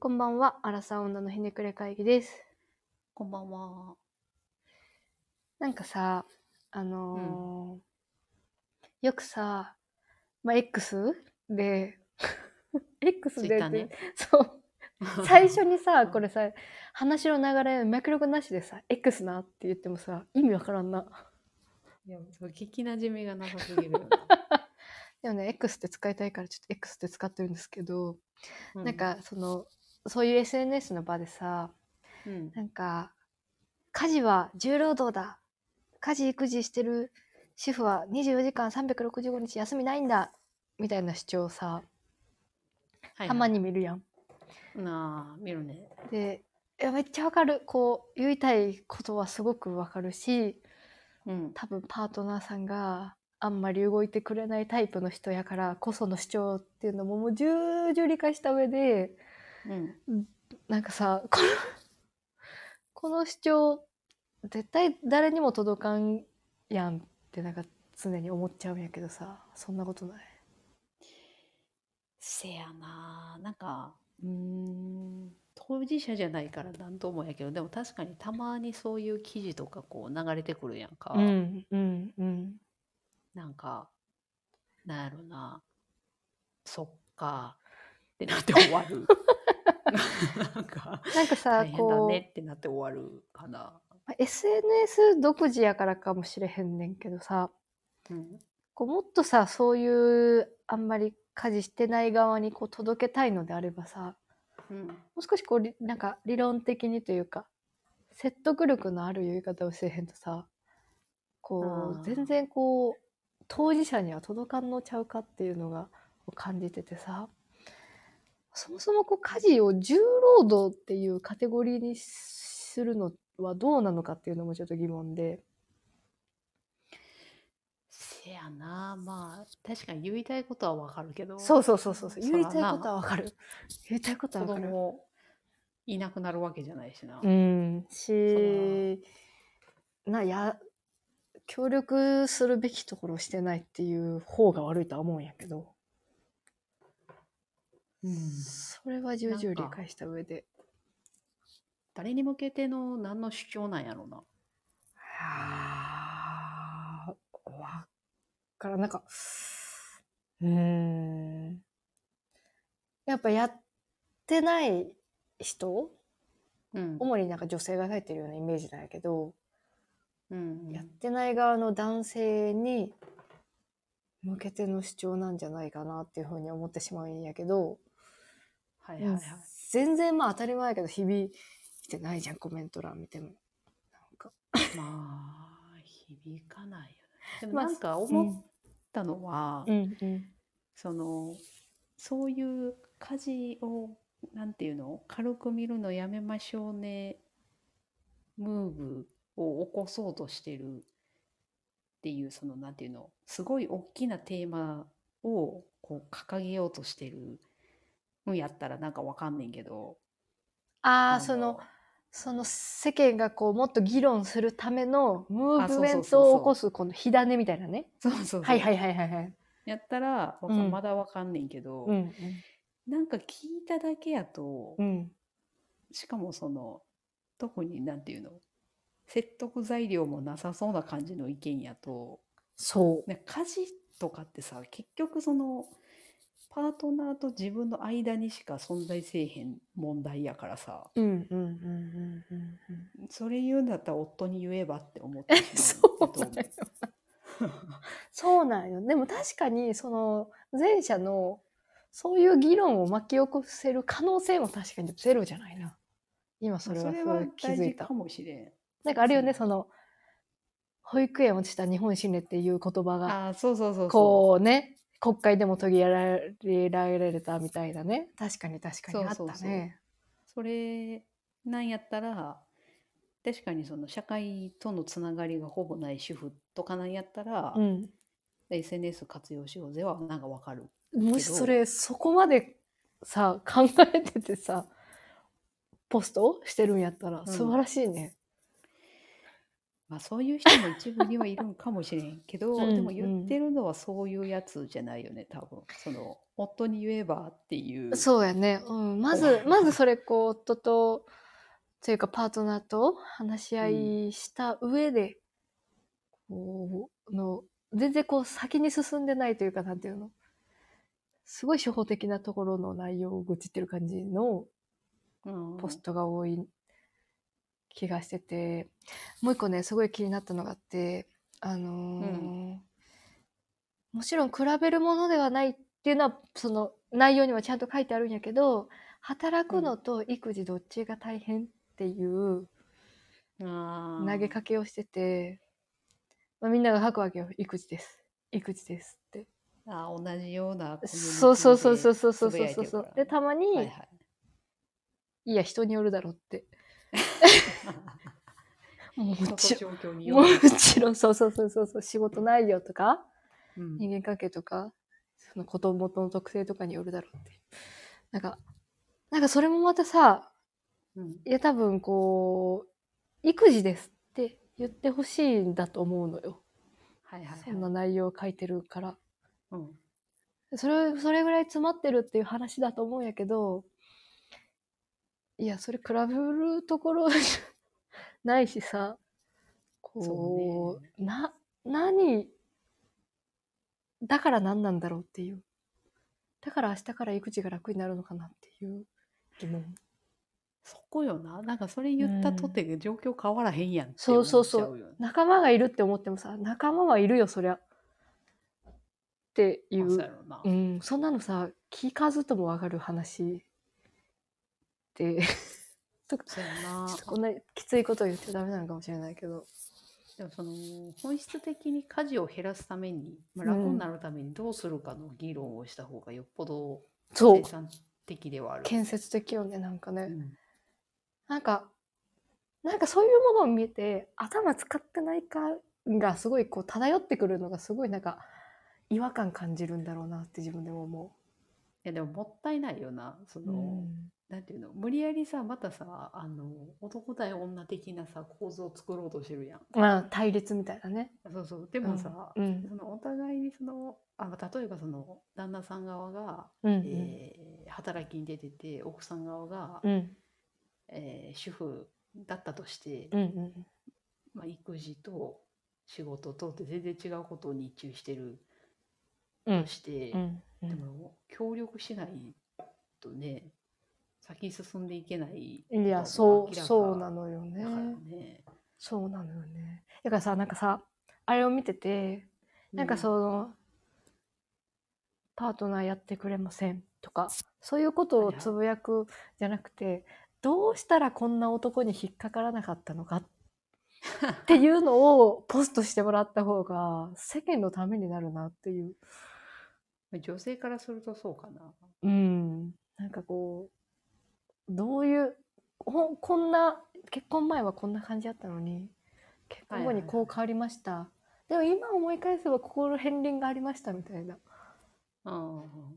こんばんは、アラサー女のひねくれ会議です。 こんばんは。 なんかさ、 うん。 よくさ、X で、X でって、 ツイッターね。 そう、最初にさ、これさ、話の流れ、脈絡なしでさ、X なって言ってもさ、意味わからんな。 いや、聞きなじみがなさすぎるよな。 でもね、X って使いたいからちょっと X って使ってるんですけど、 うん。 なんか、そういう SNS の場でさ、 うん。 なんか、家事は重労働だ。家事育児してる主婦は24時間365日休みないんだみたいな主張をさ、たまはいはいはに見るやん。 い。なあ、見るね。 で、いやめっちゃわかる。こう言いたいことはすごくわかるし、 うん。 多分パートナーさんがあんまり動いてくれないタイプの人やからこその主張っていうのももう重々理解した上で、 うん。 なんかさ、この主張絶対誰にも届かんやんってなんか常に思っちゃうんやけどさ、そんなことない？ せやな。当事者じゃないからなんともやけど、でも確かにたまにそういう記事とかこう流れてくるやんか。 うんうんうん。 なんか、なんやろな。そっか。ってなって終わる。なんか、 なんかさ、 大変だねこってなって終わるかな。 う、SNS 独自やからかもしれへんねんけどさ、 うん。 こうもっとさ、そういうあんまり家事してない側にこう届けたいのであればさ、 うん。 もう少しこうなんか理論的にというか、説得力のある言い方をせえへんとさ、こう、全あ然こう、当事者には届かんのちゃうかっていうのが感じててさ、そもそもこう家事を重労働っていうカテゴリーにするのはどうなのかっていうのもちょっと疑問で。 せやな。まあ、確かに言いたいことはわかるけど、 そうそうそうそう。 そ言いたいことらな、 はわかる。言いたいことは子わかる。 供いなくなるわけじゃないしうな。 ん。 そら、 や、協力するべきところをしてないっていう方が悪いとは思うんやけど、 うん。 それは重なんか、 々理解した上で。 誰に向けての何の主張なんやろな。 わからん、なんか、うーん。やっぱやってない人、 うん。 主になんか女性が書いてるようなイメージなんやけど、 うん。 やってない側の男性に向けての主張なんじゃないかなっていうふうに思ってしまうんやけど、 はいはいはい。 全然まあ当たり前やけど響いてないじゃん、コメント欄見ても。なんかまあ、響かないよね。でもまあ、 なんか思っうん、 たのは、 うん、うん。 その、そういう家事を、なんていうの、軽く見るのやめましょうね、ムーブを起こそうとしてるっていう、その、なんていうの、すごい大きなテーマをこう掲げようとしてるんやったらなんかわかんねんけど、 ああ、 あの、 その世間がこうもっと議論するためのムーあ、 ブメンそうそうそうそう。 トを起こすこの火種みたいなね。 そうそうそう。 はいはいはいはいはい。 やったらうん。 まだわかんねんけど、 うん。 なんか聞いただけやと、 うん。 しかもその、特になんていうの、説得材料もなさそうな感じの意見やと、 そね、家事とかってさ、結局その、パートナーと自分の間にしか存在せえへん問題やからさ、 う。うんうんうんうんうんうん。 それ言うんだったら夫に言えばって思ってしまうそうなんよ。 けど、 そうなんよ。でも確かにその前者のそういう議論を巻き起こせる可能性も確かにゼロじゃないな。今そまあ、 れはそれは気づいた。 大事かもしれん。 なんかあるよね、 その、 その保育園を落ちた日本死ねっていう言葉がああ、そうそうそうそう。 こうね、国会でも取り上げられたみたいなね。確かに確かにそうあっそうそう。 たね。 それなんやったら、確かにその社会とのつながりがほぼない主婦とかなんやったら、 うん。 SNS 活用しようぜはなんかわかるもしそけど、 れ、そこまでさ、考えててさ、ポストしてるんやったらうん。 素晴らしいね。 まあそういう人も一部にはいるんかもしれんけうど、でも言っんてるのはそういうやつじゃないよね、多分。その、夫に言えばっていうん。 うそうやね。うん。ま方ず、まずが。 それこう、夫と、というかパートナーと話し合うん。 いした上で、こう、全然こう先に進んでないというか、なんていうの。すごい初歩的なところの内容を愚痴ってる感じのうん。 ポストが多い気がしてて、もう一個ね、すごい気になったのがあって、あうん。 のもちろん比べるものではないっていうのは、その内容にはちゃんと書いてあるんやけど、働うん。 くのと育児どっちが大変っていう投げあかけをしてて、まあ、みんなが書くわけよ。育児です。育児ですって。 あ、同じようなコミュニそうそうそうそうティでそうそうつぶやいそうそう。 てるから。 で、たまに、 はいはい。 いや、人によるだろうって。もちろ人と状況にん、もよってと。 ちろん、そうそうそうそうそう、仕事内容とか、 うん。 人間関係とか、その子供の特性とかによるだろうって。なんか、なんかそれもまたさ、 うん。 いや多分こう、育児ですって言ってほしいんだと思うのよ。 はいはいそんなはい。 内容を書いてるから。 うん。 それぐらい詰まってるっていう話だと思うんやけど、いや、それ比べるところないしさ、 そうね。 こう、何、だから何なんだろうっていう。だから明日から育児が楽になるのかなっていう疑問。 そこよな。なんかそれう言ったとん。 て状況変わらへんやんってそう思っそうそう。 ちゃうよね。 仲間がいるって思ってもさ、仲間はいるよ、そりゃ。っていまあそうう。 やろな。 うん。そんなのさ、聞かずともわかる話で、とかそうやちょっな。 とこんなきついことを言っちゃダメなのかもしれないけど。 でもその本質的に家事を減らすために、まあ、楽になうん。 るためにどうするかの議論をした方がよっぽどそう。 生産的ではあるよね。 建設的よね、なんかね。 うん。 なんか、なんかそういうものを見て、頭使ってないかがすごいこう漂ってくるのがすごいなんか違和感感じるんだろうなって自分でも思いやでももったいないよな。そう。うの、 ん。 なんていうの、無理やりさ、またさ、男対女的なさ、構造を作ろうとしてるやん。 まあ対立みたいなね。 そうそう。でうん。 もさ、 うん。 そのお互いにその、例えばその旦那さん側が、 うん。 働きに出てて、奥さん側が、 うん。 主婦だったとして、 うん。うん。 まあ、育児と仕事とって全然違うことを日中してるとうん。 して、 うん。うでん。 も協力しないとね、先進んでいけないいや、 ことはもう明らそうなかのよやからね。 ね。 そうなのよね。だからさ、なんかさ、あれを見てて、なんかうん。 その、パートナーやってくれませんとか、そういうことをつはいはい。 ぶやくじゃなくて、どうしたらこんな男に引っかからなかったのかっていうのをポストしてもらった方が世間のためになるなっていう。 女性からするとそうかな。 うん。なんかこう、どういう、こんな、結婚前はこんな感じだったのに、結婚後にはいはいはい。 こう変わりました。でも今思い返せば心片鱗がありましたみたいな。 うん。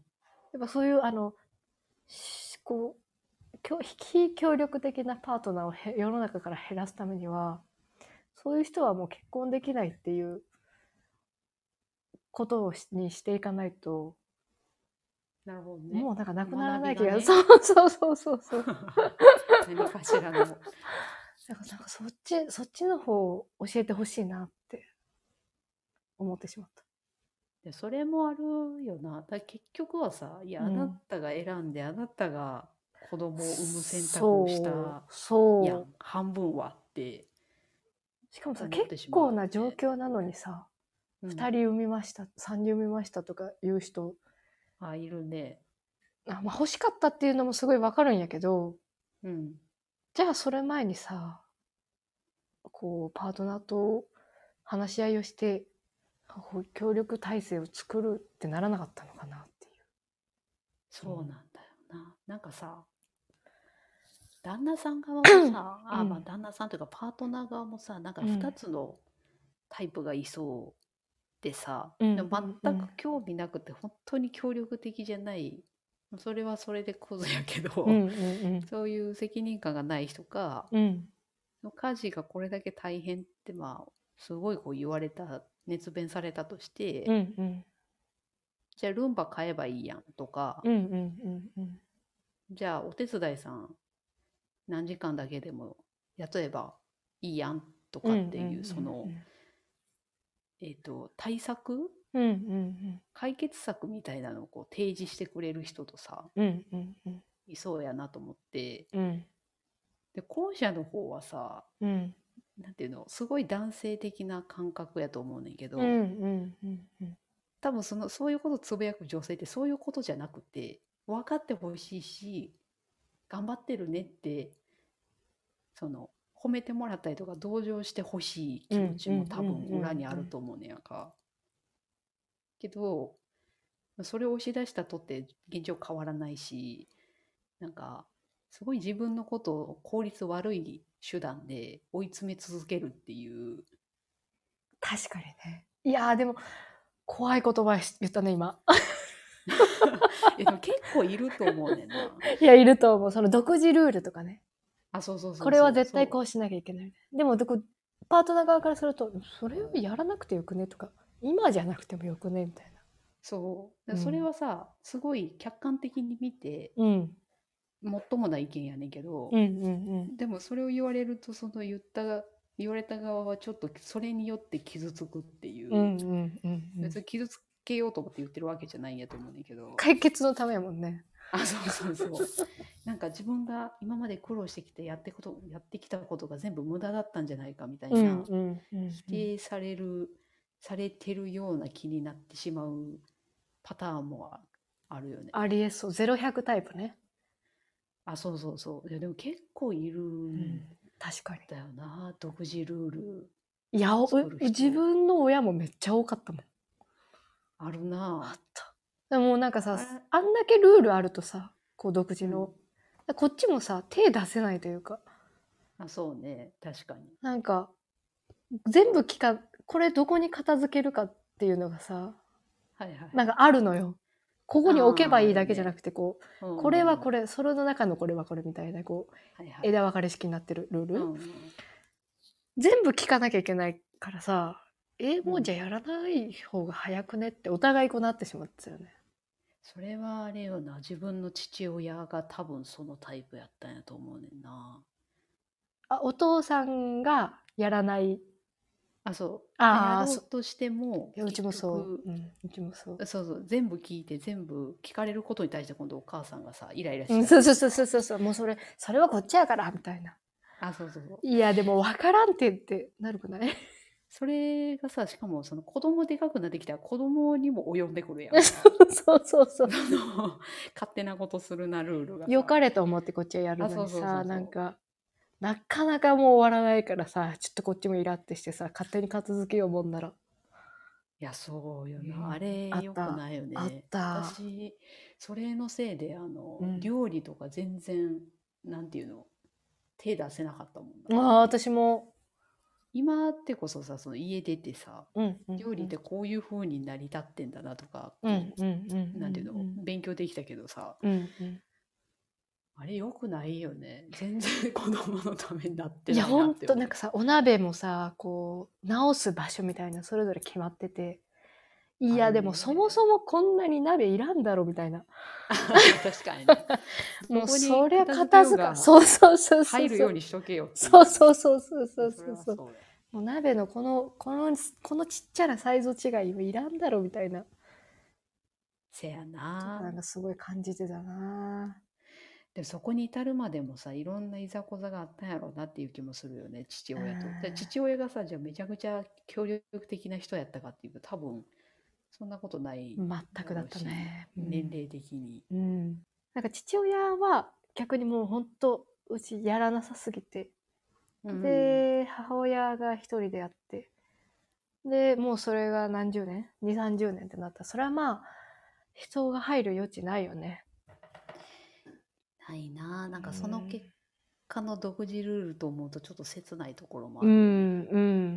やっぱそういう、こう、非協力的なパートナーを世の中から減らすためには、そういう人はもう結婚できないっていうことをにしていかないと、 なるほどね。 もうなんかなくなら学ない気が、 びがね。 そうそうそうそうそう。 何かしらの。 なんかそっちの方を教えてほしいなって思ってしまった。 でそれもあるよな。結局はさ、いや、あなうん。 たが選んで、あなたが子供を産む選択をしたやん。 そう。 半分はってしかもさ、結思ってしま構な状うよね。 況なのにさ、 うん。 2人産みました、3人産みましたとか言う人、 あ、いるね。 まあ欲しかったっていうのもすごいわかるんやけど、 うん。 じゃあそれ前にさ、こう、パートナーと話し合いをして、協力体制を作るってならなかったのかなっていう。 そうなんだよな。なんかさ、旦那さん側もさ、まあうん。 旦那さんというかパートナー側もさ、なんか2 うん。 つのタイプがいそうでさ、 うん。 でも全くうん。 興味なくて本当に協力的じゃない、それはそれでクズやけうん。 ど、 うん。 そういう責任感がない人か、 うん。 家事がこれだけ大変ってまあすごいこう言われた熱弁されたとしうて、 んうん。 じゃあルンバ買えばいいやんとか、 うんうんうんうん。 じゃあお手伝いさん何時間だけでも雇えばいいやんとうんうかっていうそんの、対策うん。うんうん解決策みたいなのをこう提示してくれる人とさ、 うん。うんうんうん。 いそうやなと思って、 うん。 で後者の方はさ、 うん。 なんていうの、すごい男性的な感覚やと思うねんけど、 うんうんうんうん。 多分そういうことをつぶやく女性ってそういうことじゃなくて、分かってほしいし、頑張ってるねって、褒めてもらったりとか同情してほしい気持ちうんうんうんも多分裏にあうん。 ると思うねやんか。けど、それを押し出したとって現状変わらないし、なんか、すごい自分のことを効率悪い手段で追い詰め続けるっていう。 確かにね。いやーでも、怖い言葉言ったね、今。 でも結構いると思うねんな。 いや、いると思う。その独自ルールとかね。 あ、そうそうそうこれはそうそ絶対こうしなきゃいけない。でも、パートナー側からすると、それをやらなくてよくねとか、今じゃなくてもよくねみたいな。 そう。それうん。 はさ、すごい客観的に見て、 うん。 もっともな意見やねんけど、 うんうんうん。 でもそれを言われると、言われた側はちょっとそれによって傷つくっていう、 うんうんうんうん。 別に傷つけようと思って言ってるわけじゃないんやと思うねんけど、 解決のためやもんね。 あ、そうそうそう。なんか自分が今まで苦労してきてやってきたことが全部無駄だったんじゃないかみたいうんな、 うんうん否うん。 定されてるような気になってしまうパターンもあるよね。 ありえそう。0、100タイプね。 あ、そうそうそう。いや、でも結構いるんうん。確かに。 だよな、独自ルールいや、 作る自人。 分の親もめっちゃ多かったもん。 あるあっな。 た。でもなんかさ、 あれ、 あんだけルールあるとさ、こう独自うん。 の。こっちもさ、手出せないというか、 あ、そうね。確かに。 なんか、全部これどこに片付けるかっていうのがさ、 はいはいはい。 なんかあるのよ。ここに置けああ、 ばいいあるね。 だけじゃなくて、こう、 うんこれはうんうん。 これ、それの中のこれはこれみたいな、こう、 はいはい。 枝分かれ式になってるルールうんうん全部聞かなきゃいけないからさ、 うん。 もうじゃあやらない方が早くねってお互いこうなってしまったよね。 それはあれよな、自分の父親が多分そのタイプやったんやと思うねんな。 あ、お父さんがやらない。 あ、そう。やああ、 ろうとしても、 いや、うち結もそ局、 う。うん、うちもそう。 そうそう、全部聞いて、全部聞かれることに対して今度お母さんがさ、イライラうん、 しだそうそうそうそうすとか。 そうそう。もうそれはこっちやから、みたいな。 あ、そうそうそう。 いや、でも分からんってなるくないそれがさ、しかもその子供でかくなってきたら子供にも及んでくるやんか。 そうそうそう。 勝手なことするなルールがさ。 良かれと思ってこっちはやるあ、 のそうそうそにさ、 うそなかなかもう終わらないからさ、ちょっとこっちもイラってしてさ、勝手に片付けようもんなら。 う。いや、そうよな。 うん、 あれ、 あった。 良くないよあっね。 た。 私、それのせいで、 うん。 料理とか全然、なんていうの、手出せなかったもんな。 ああ、私も。 今ってこそさ、その家出てさ、 うんうんうん。 料理ってこういう風に成り立ってんだなとか、 うんうんうんなんていうの、 うん勉強できたけどさ、 うん。うんうん。 あれ良くないよね。全然子供のためになっていや、 ないほんなって思う。 となんかさ、お鍋もさ、こう、直す場所みたいなそれぞれ決まってて、いや、 あるでもそもそね。 もこんなに鍋いらんだろみたいな。 確かにな。どもうこにそりゃ片付け片付か。 ようがそうそうそうそうそう。 入るようにしとけよっていう。 そうそうそうそうそいやそれうそうそう。 はそうや。 もう鍋のこのちっちゃなサイズ違いいらんだろみたいな。 せやとかなんな。 かすごい感じてたな。 でもそこに至るまでもさ、いろんないざこざがあったんやろうなっていう気もするよね、父親と。で父親がさ、じゃあめちゃくちゃ協力的な人やったかっていうと、多分そんなことない全くだったやろうし、 ね。うん。 年齢的に。 うん。なんか父親は逆にもうほんとうちやらなさすぎて。 うん。 で、母親が一人でやって。で、もうそれが何十年 ?2、30年ってなったら、それはまあ、人が入る余地ないよね。 ないな。なんかそのうん結果の独自ルールと思うとちょっと切ないところもうあるよね。 ん、うん。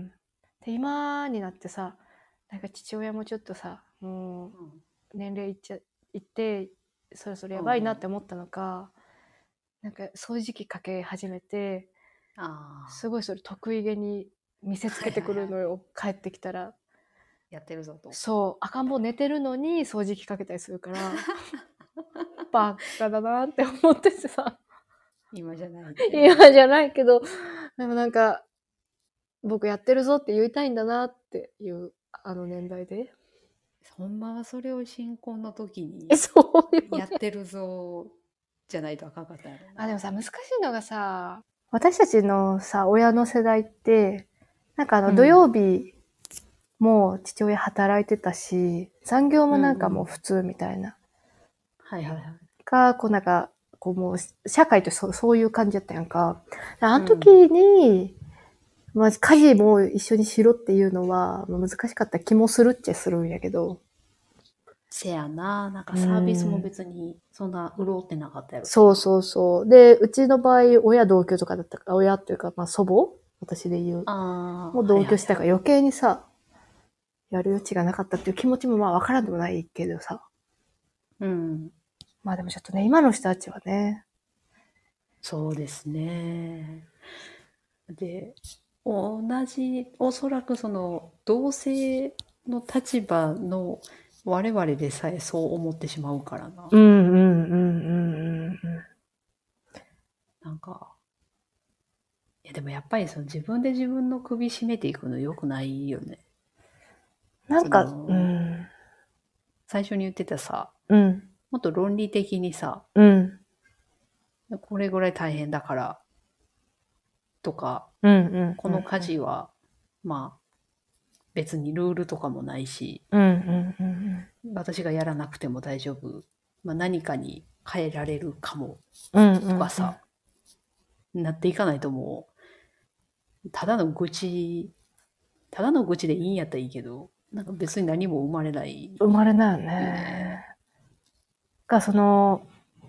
で、今になってさ、なんか父親もちょっとさ、もううん。 年齢いって、そろそろうやばいなんうん。 って思ったのか、なんか掃除機かけ始めて、 あすごいそれ得意げに見せつけてくるのよ。帰ってきたら。 やってるぞと。 そう、赤ん坊寝てるのに掃除機かけたりするから、バカだなって思っててさ。 今じゃない。 今じゃないけど、でもなんか、僕やってるぞって言いたいんだなっていうあの年代で。 ほんまはそれを新婚の時にそういうやってるぞじゃないとあかんかったやろな。 でもさ、難しいのがさ、私たちのさ、親の世代って、なんか土曜日も父親働いてたし、残業もなんかもう普通みたいな。 はいはいはい。 が、こうなんか、こうもう、社会とそういう感じだったやんか。あの時に、まあ、家事も一緒にしろっていうのは難しかった気もするっちゃするんやけど。 せやな、なんかサービスも別にそんな潤ってなかったやろ。 そうそうそう。で、うちの場合、親同居とかだったから、親っていうか、まあ祖母私で言う。 ああ。 もう同居したから余計にさ、やる余地がなかったっていう気持ちもまあわからんでもないけどさ。 うん。 まあでもちょっとね、今の人たちはね。 そうですね。で、同じ、おそらくその同性の立場の我々でさえそう思ってしまうからな。 うんうんうんうんうん。 なんか、いやでもやっぱりその自分で自分の首絞めていくの良くないよね。 なんか、 うん。最初に言ってたさ、 うん。 もっと論理的にさ、 うん。 これぐらい大変だからとか、 うんうんうん、 この家事は、まあ、別にルールとかもないし、 うんうんうんうん、 私がやらなくても大丈夫。まあ、何かに変えられるかも、とかさ、なっていかないともう、ただの愚痴でいいんやったらいいけど、なんか別に何も生まれない、 生まれないよね。が、その、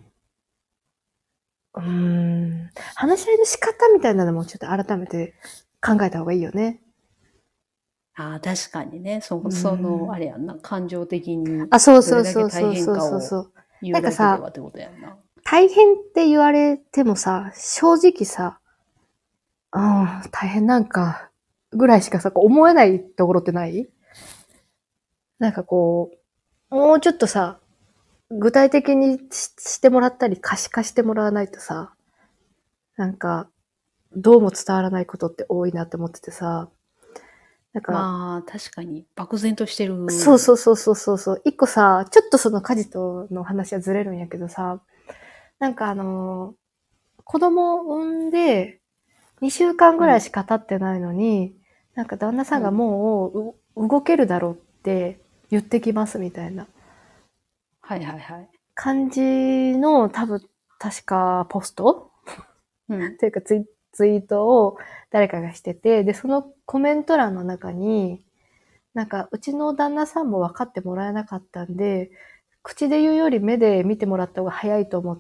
話し合いの仕方みたいなのもちょっと改めて考えた方がいいよね。 ああ、確かにね。その、あれやんな、感情的に、 あ、そうそうどれだけそうそう大変かをそうそう。 言うだけでなんかさ、 はってことやんな。 大変って言われてもさ、正直さ、大変なんか、ぐらいしかさ、思えないところってない？なんかこう、もうちょっとさ、具体的にしてもらったり可視化してもらわないとさ、なんか、どうも伝わらないことって多いなって思っててさ、なんか、 まあ、確かに、漠然としてる。 そうそうそうそうそう。一個さ、ちょっとその家事との話はずれるんやけどさ、なんか子供を産んで2週間ぐらいしか経ってないのに、なんか旦那さんがもう動けるだろうって言ってきますみたいなはいはいはい。 感じの多分確かポストというかツイートを誰かがしてて、で、そのコメント欄の中に、なんか、うちの旦那さんも分かってもらえなかったんで、口で言うより目で見てもらった方が早いと思って、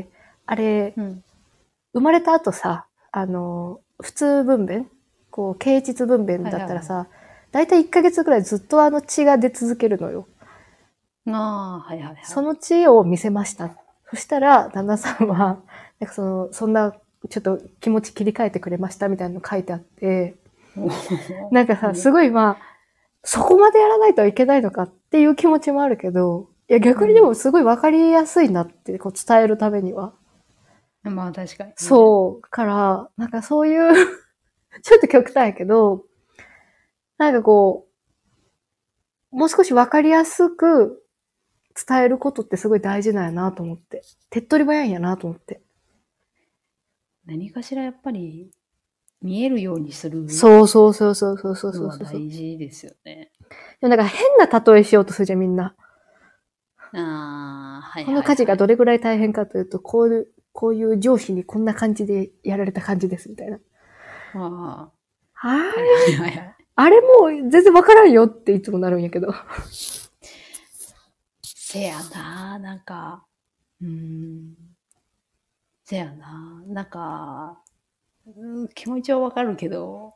あれ、生まれた後さ、普通分娩経腟分娩だったらさ、だいたい1ヶ月ぐらいずっと血が出続けるのよ。 ああ、はいはいはい。 その血を見せました。そしたら、旦那さんは、なんかそんな、ちょっと気持ち切り替えてくれましたみたいなの書いてあって、なんかさ、すごいそこまでやらないといけないのかっていう気持ちもあるけど、いや逆にでもすごいわかりやすいなって伝えるためには。 まあ確かに、ね。 そう。から、なんかそういうちょっと極端やけど、なんかもう少しわかりやすく伝えることってすごい大事なんやなと思って。手っ取り早いんやなと思って。 何かしらやっぱり見えるようにするそうそうそうそうそうそうそうのは大事ですよね。 でもなんか変な例えしようとするじゃん、みんな。 ああ、はいはい、はい。 この家事がどれぐらい大変かというと、こういう上司にこんな感じでやられた感じです、みたいな。 ああ。 はいはいはいはい。 あれもう全然わからんよっていつもなるんやけど。 せやな、なんか、せやな、なんか、気持ちはわかるけど、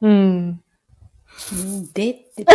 でって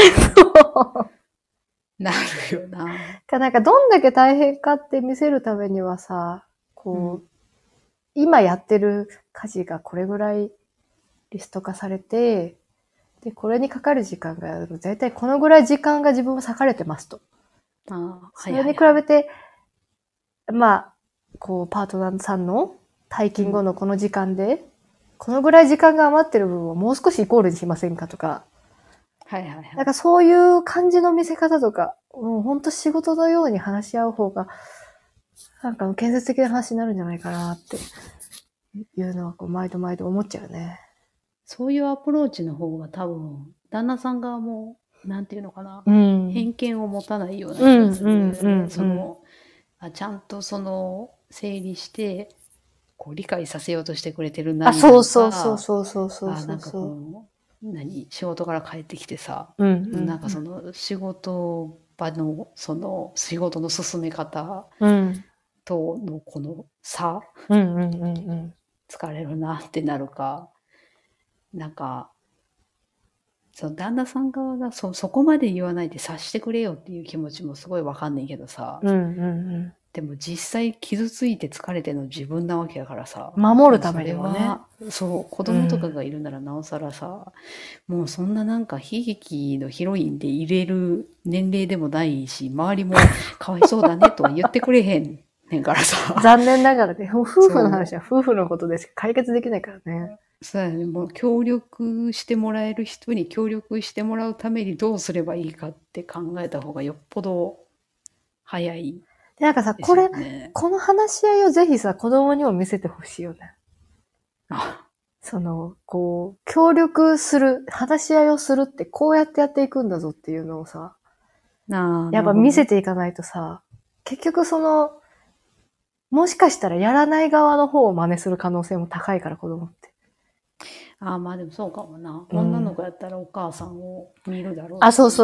なるよな。 なんかどんだけ大変かって見せるためにはさ、今やってる家事がこれぐらいリスト化されて、で、これにかかる時間が、だいたいこのぐらい時間が自分は割かれてますと。それに比べて、まあ、こう、パートナーさんの退勤後のこの時間で、このぐらい時間が余ってる部分をもう少しイコールにしませんかとか、なんかそういう感じの見せ方とか、もうほんと仕事のように話し合う方が、なんか建設的な話になるんじゃないかなっていうのは、こう、毎度毎度思っちゃうね。 そういうアプローチの方が多分、旦那さん側も、なんていうのかな、偏見を持たないような気がする。ちゃんと整理して、こう理解させようとしてくれてるなりなのか、 そう。 なんか仕事から帰ってきてさ、なんか仕事場の仕事の進め方とのこの差、疲れるなってなるか、なんか、旦那さん側がそこまで言わないで察してくれよっていう気持ちもすごいわかんないけどさ、でも実際傷ついて疲れてるの自分なわけだからさ。 守るためにもね。 そう、子供とかがいるならなおさらさ、もうそんななんか悲劇のヒロインで入れる年齢でもないし、周りもかわいそうだねとは言ってくれへんねんからさ。 残念ながらね、夫婦の話は夫婦のことでしか解決できないからね。 そうやね、もう協力してもらえる人に協力してもらうためにどうすればいいかって考えた方がよっぽど早い。 で、なんかさ、この話し合いをぜひさ、子供にも見せてほしいよね。こう、協力する、話し合いをするってこうやってやっていくんだぞっていうのをさ、やっぱ見せていかないとさ、結局もしかしたらやらない側の方を真似する可能性も高いから、子供って。 まあでもそうかもな。女の子やったらお母さんを見るだろうし。 そう。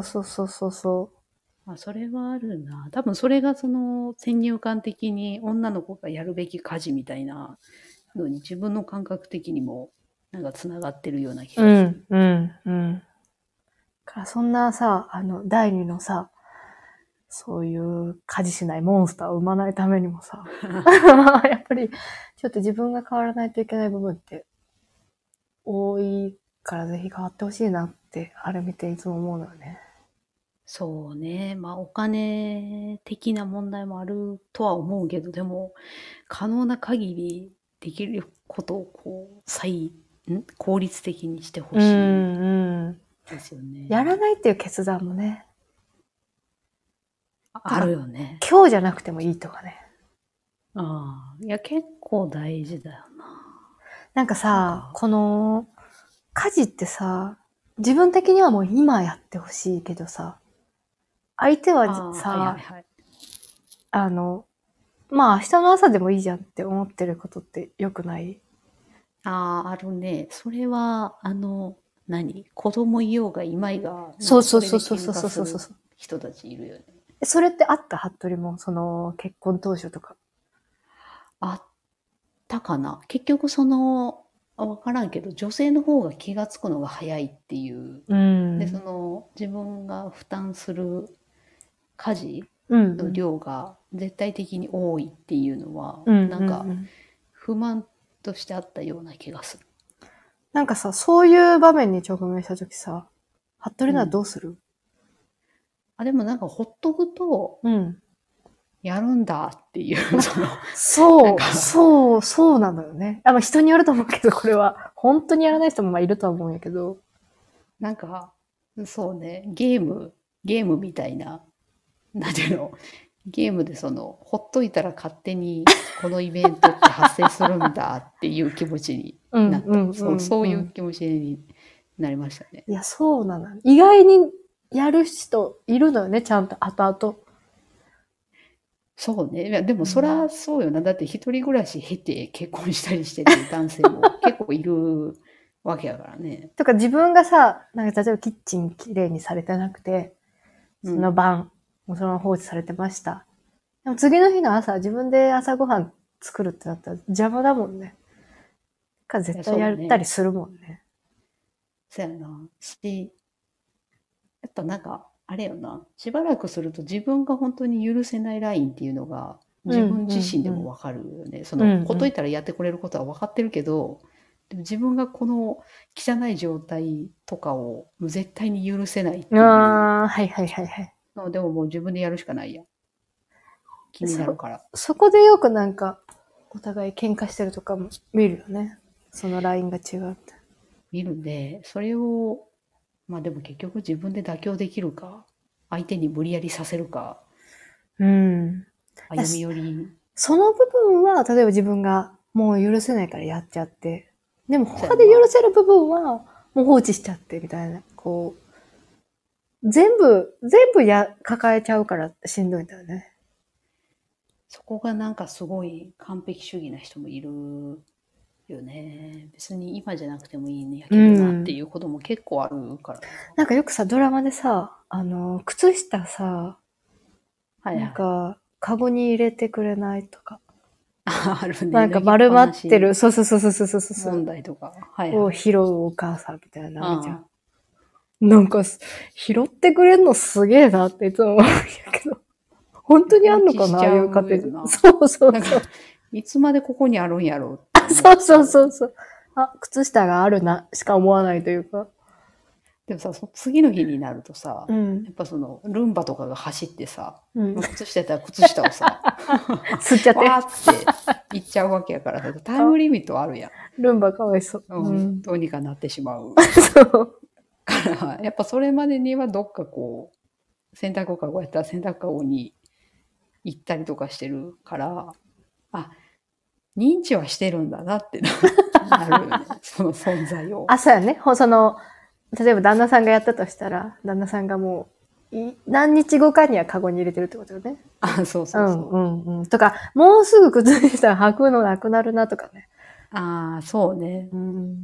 それはあるな。多分それが先入観的に女の子がやるべき家事みたいなのに自分の感覚的にもなんか繋がってるような気がする。 からそんなさ、第二のさ、そういう家事しないモンスターを生まないためにもさ、やっぱりちょっと自分が変わらないといけない部分って多いからぜひ変わってほしいなって、あれ見ていつも思うのよね。 そうね。お金的な問題もあるとは思うけど、でも、可能な限りできることを効率的にしてほしいですよね。 やらないっていう決断もね。 あるよね。 今日じゃなくてもいいとかね。 いや、結構大事だよな。 なんかさ、この、家事ってさ、自分的にはもう今やってほしいけどさ、相手はさ、まあ明日の朝でもいいじゃんって思ってることってよくない？ あるね。それは、子供いようがいまいが、 そう。 人たちいるよね。 それってあった？服部も、結婚当初とか。 あったかな。結局わからんけど、女性の方が気がつくのが早いっていう。で、自分が負担する家事の量が絶対的に多いっていうのは、なんか、不満としてあったような気がする。 なんかさ、そういう場面に直面したときさ、服部ならどうする？ でもなんかほっとくと、やるんだっていう、 そうなのよね。人によると思うけど、これは。本当にやらない人もいるとは思うんやけど。 なんか、そうね、ゲームみたいな、なんていうの、ゲームでほっといたら勝手にこのイベントって発生するんだっていう気持ちになった。そういう気持ちになりましたね。 いや、そうなの。意外にやる人いるのよね、ちゃんと後々。 そうね。でもそりゃそうよな。だって一人暮らし経て結婚したりしてる男性も結構いるわけやからね。 とか自分がさ、なんか例えばキッチンきれいにされてなくて、その晩、もうそのまま放置されてました。でも次の日の朝、自分で朝ごはん作るってなったら邪魔だもんね。絶対やったりするもんね。 そうやな。やっぱなんか、あれよな。しばらくすると自分が本当に許せないラインっていうのが自分自身でもわかるよね。ほっといたらやってくれることは分かってるけど、 でも自分がこの汚い状態とかをもう絶対に許せないっていうああ、はいはいはいはい。 のでももう自分でやるしかないやん。気になるから。 そこでよくなんか、お互い喧嘩してるとかも見るよね。そのラインが違うって。 見るんで、それを、まあでも結局自分で妥協できるか、相手に無理やりさせるか、 うん。 歩み寄り、 その部分は、例えば自分がもう許せないからやっちゃって、でもそうやな他で許せる部分はもう放置しちゃってみたいな。こう、全部抱えちゃうからしんどいんだよね。 そこがなんかすごい完璧主義な人もいるよね。別に今じゃなくてもいいんやけどなっていうことも結構あるからな。 なんかよくさ、ドラマでさ、靴下さ、なんはいはい。 か、カゴに入れてくれないとか。 あるね。 なんか脱ぎっ丸まぱなしってる、そうそうそうそうそうそう。 問題とか。はいはい。 を拾うお母さんみたいなのあるじゃん。 あなんか、拾ってくれんのすげえなっていつも思うんやけど。本当あ。放にあんのかなああい置しちゃう家庭で。 うよな。 そうそうなんか、 そう。 いつまでここにあるんやろうってあ、 思っそうそうちゃう。 そうそう。あ、靴下があるな、しか思わないというか。 でもさ、その次の日になるとさ、 うん。 やっぱそのルンバとかが走ってさ、 うん。 靴下やったら靴下をさ、 吸っちゃって。 わーって言っちゃうわけやからさ、タイムリミットあるやルンバかわいそう。 ん。うん。どうにかなってしまう。 そう。 から、やっぱそれまでにはどっかこう、洗濯かごやったら洗濯かごに行ったりとかしてるから、あ、認知はしてるんだなってなるよね。その存在を。 あ、そうやね。例えば旦那さんがやったとしたら、旦那さんがもう、何日後かにはカゴに入れてるってことよね。 あ、そううんうそうそう。 んうん。とか、もうすぐ靴下履くのなくなるなとかね。 ああ、そうね。 うん。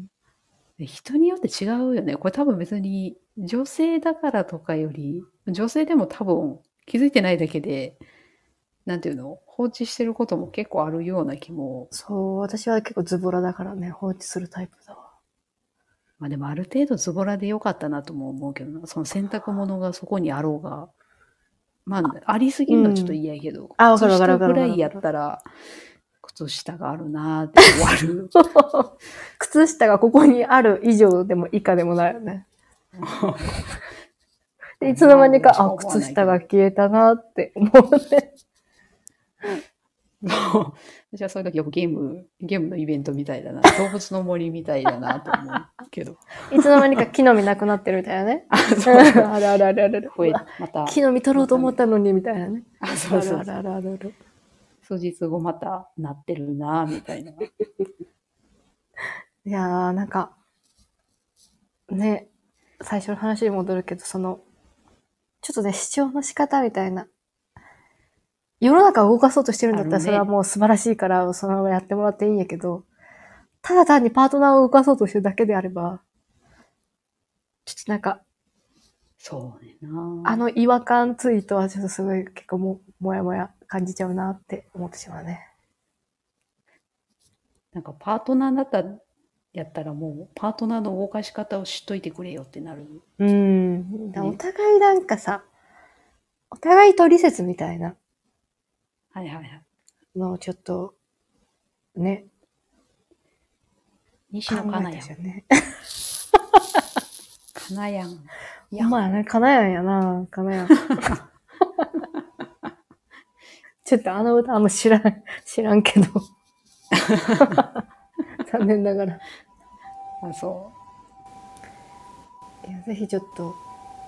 人によって違うよね。これ多分別に女性だからとかより、女性でも多分気づいてないだけで、なんていうの放置してることも結構あるような気も。 そう、私は結構ズボラだからね、放置するタイプだわ。 まあでもある程度ズボラでよかったなとも思うけどな。その洗濯物がそこにあろうが。まあ、ありすぎるのはちょっと嫌やけど、 あ、わかる靴下わかるわかぐらいやるわかる。 ったら、靴下があるなーって終わる。 靴下がここにある以上でも以下でもないよね。で、いつの間にか、あ、靴下が消えたなって思うね。 私はそういう時よくゲームのイベントみたいだな。動物の森みたいだなと思うけど。 いつの間にか木の実なくなってるみたいなね。 あ、そうそう。 あるあるあるある。 また。 木の実取ろうと思ったのに、みたいなね。 あ、そうそうそう。 あるあるあるある。 数日後またなってるなみたいな。 いやー、なんか、ね、最初の話に戻るけど、ちょっとね、主張の仕方みたいな。世の中を動かそうとしてるんだったら、 あるねそれはもう素晴らしいから、そのままやってもらっていいんやけど、ただ単にパートナーを動かそうとしてるだけであれば、ちょっとなんか、 そうねな。 違和感ツイートはちょっとすごい結構もやもや感じちゃうなって思ってしまうね。 なんかパートナーだったら、やったらもうパートナーの動かし方を知っといてくれよってなる。 お互いなんかさ、お互い取説みたいなはいはいはい。 のをちょっと、ね、考西野カナえやん。 たしね。 カナやん。 ほんまやね、かなやんやな、かなやん。ちょっとあの歌あんま知らんけど。残念ながら。 あ、そいや、ぜひちょっと、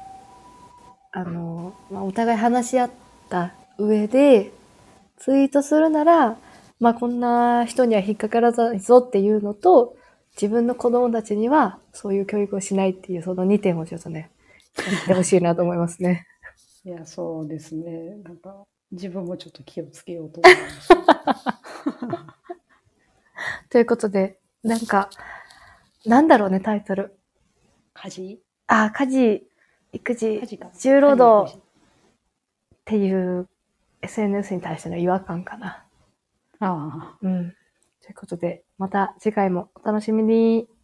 お互い話し合った上で、ツイートするなら、こんな人には引っかからないぞっていうのと、自分の子供たちにはそういう教育をしないっていうその2点をちょっとね、やってほしいなと思いますね。 う。いや、そうですね。なんか、自分もちょっと気をつけようと思いました。 ということで、なんか、なんだろうね、タイトル。 家事家事、育児家事かな、 重労家事育児働っていう SNS に対しての違和感かな。 ああ。 うん。ということで、また次回もお楽しみに。